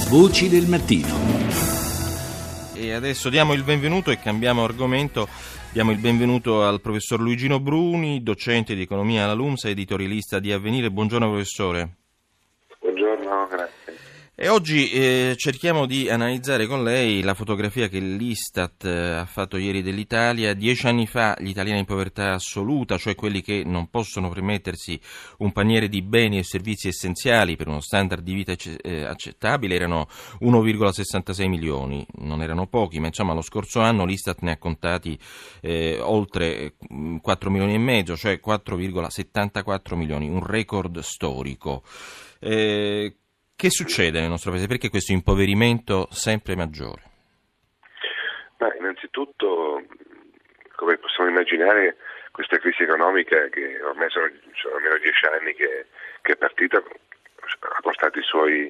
Voci del mattino. E adesso diamo il benvenuto e cambiamo argomento. Diamo il benvenuto al professor Luigino Bruni, docente di economia alla LUMSA, editorialista di Avvenire. Buongiorno professore. Buongiorno, grazie. E oggi cerchiamo di analizzare con lei la fotografia che l'Istat ha fatto ieri dell'Italia. 10 anni fa gli italiani in povertà assoluta, cioè quelli che non possono permettersi un paniere di beni e servizi essenziali per uno standard di vita accettabile, erano 1,66 milioni. Non erano pochi, ma insomma lo scorso anno l'Istat ne ha contati oltre 4 milioni e mezzo, cioè 4,74 milioni, un record storico. Che succede nel nostro paese? Perché questo impoverimento sempre maggiore? Innanzitutto, come possiamo immaginare, questa crisi economica, che ormai sono almeno 10 anni che è partita, ha portato i suoi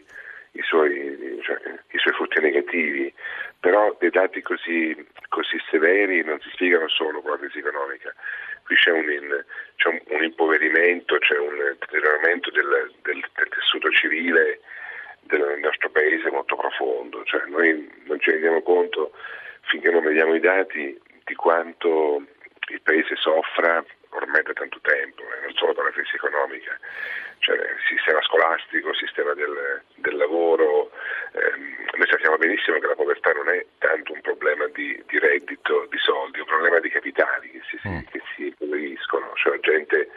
frutti negativi, però dei dati così severi non si spiegano solo con la crisi economica. Qui c'è un impoverimento, c'è un deterioramento del tessuto civile del nostro paese molto profondo, cioè noi non ci rendiamo conto finché non vediamo i dati di quanto il paese soffra ormai da tanto tempo, non solo per la crisi economica, cioè il sistema scolastico, il sistema del lavoro. Noi sappiamo benissimo che la povertà non è tanto un problema di reddito, di soldi, è un problema di capitali che si impoveriscono, cioè la gente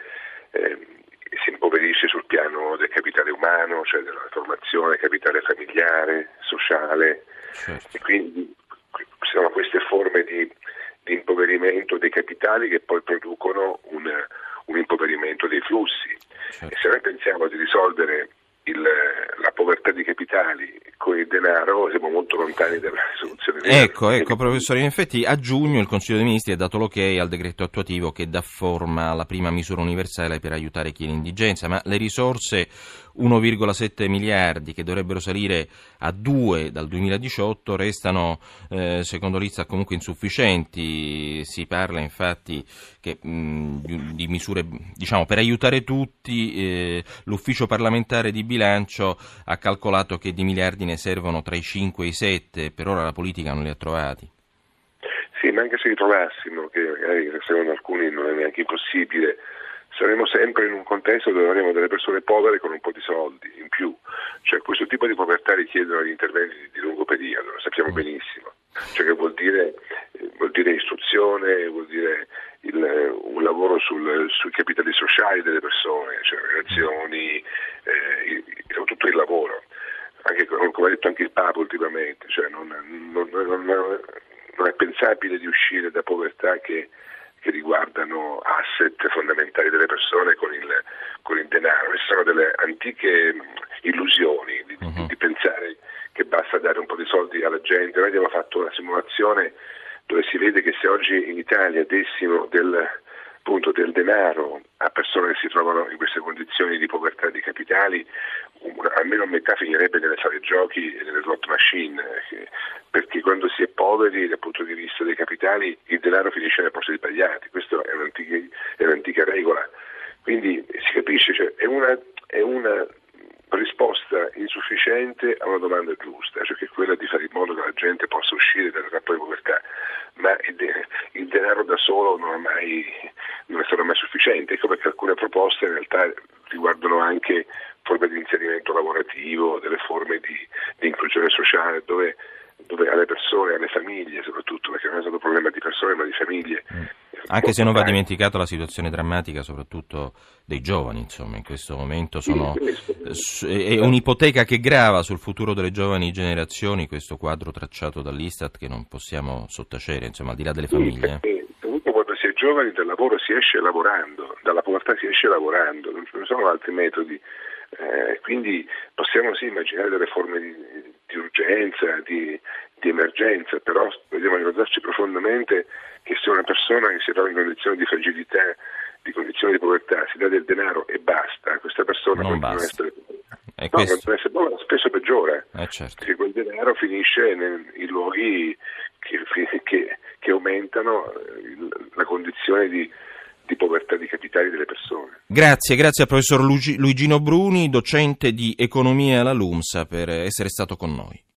si impoverisce sul piano del capitale umano, cioè della formazione, capitale familiare, sociale, certo. E quindi sono queste forme di impoverimento dei capitali che poi producono un impoverimento dei flussi. Certo. E se noi pensiamo di risolvere la povertà di capitali con il denaro, siamo molto lontani dalla risoluzione. Ecco, professore, in effetti a giugno il Consiglio dei Ministri ha dato l'ok al decreto attuativo che dà forma alla prima misura universale per aiutare chi è in indigenza, ma le risorse 1,7 miliardi che dovrebbero salire a 2 dal 2018 restano, secondo l'Istat, comunque insufficienti. Si parla infatti che di misure, diciamo, per aiutare tutti. L'ufficio parlamentare di bilancio ha calcolato che di miliardi ne servono tra i 5 e i 7, per ora la politica non li ha trovati. Sì, ma anche se li trovassimo, che magari secondo alcuni non è neanche impossibile, saremo sempre in un contesto dove avremo delle persone povere con un po' di soldi in più. Cioè questo tipo di povertà richiedono gli interventi di lungo periodo, lo sappiamo benissimo. Cioè che vuol dire istruzione, vuol dire un lavoro sui capitali sociali delle persone, cioè relazioni, tutto il lavoro. Anche come ha detto anche il Papa ultimamente, cioè non è pensabile di uscire da povertà che riguardano asset fondamentali delle persone con il denaro. Queste sono delle antiche illusioni di pensare che basta dare un po' di soldi alla gente. Noi abbiamo fatto una simulazione dove si vede che se oggi in Italia dessimo del denaro a persone che si trovano in queste condizioni di povertà di capitali, almeno metà finirebbe nelle sale giochi e nelle slot machine, perché quando si è poveri dal punto di vista dei capitali il denaro finisce nei posti sbagliati. Questa è un'antica regola, quindi si capisce, cioè, è una risposta insufficiente a una domanda giusta, cioè che è quella di fare in modo che la gente possa uscire dalla trappola di povertà, ma il denaro da solo non è stato mai sufficiente. Ecco perché alcune proposte in realtà riguardano anche forme di inserimento lavorativo, delle forme di inclusione sociale, dove alle persone, alle famiglie soprattutto, perché non è stato un problema di persone ma di famiglie. Anche se non va dimenticato la situazione drammatica soprattutto dei giovani, insomma, in questo momento è un'ipoteca che grava sul futuro delle giovani generazioni, questo quadro tracciato dall'Istat che non possiamo sottacere, insomma, al di là delle famiglie. Perché comunque quando si è giovani dal lavoro si esce lavorando, dalla povertà si esce lavorando, non ci sono altri metodi. Quindi possiamo sì immaginare delle forme di urgenza, di emergenza, però dobbiamo ricordarci profondamente che se una persona che si trova in condizioni di fragilità, di condizioni di povertà, si dà del denaro e basta, questa persona non continua a basta. essere povera, spesso peggiora, certo. perché quel denaro finisce in luoghi che aumentano la condizione di di povertà di capitali delle persone. Grazie al professor Luigino Bruni, docente di economia alla LUMSA, per essere stato con noi.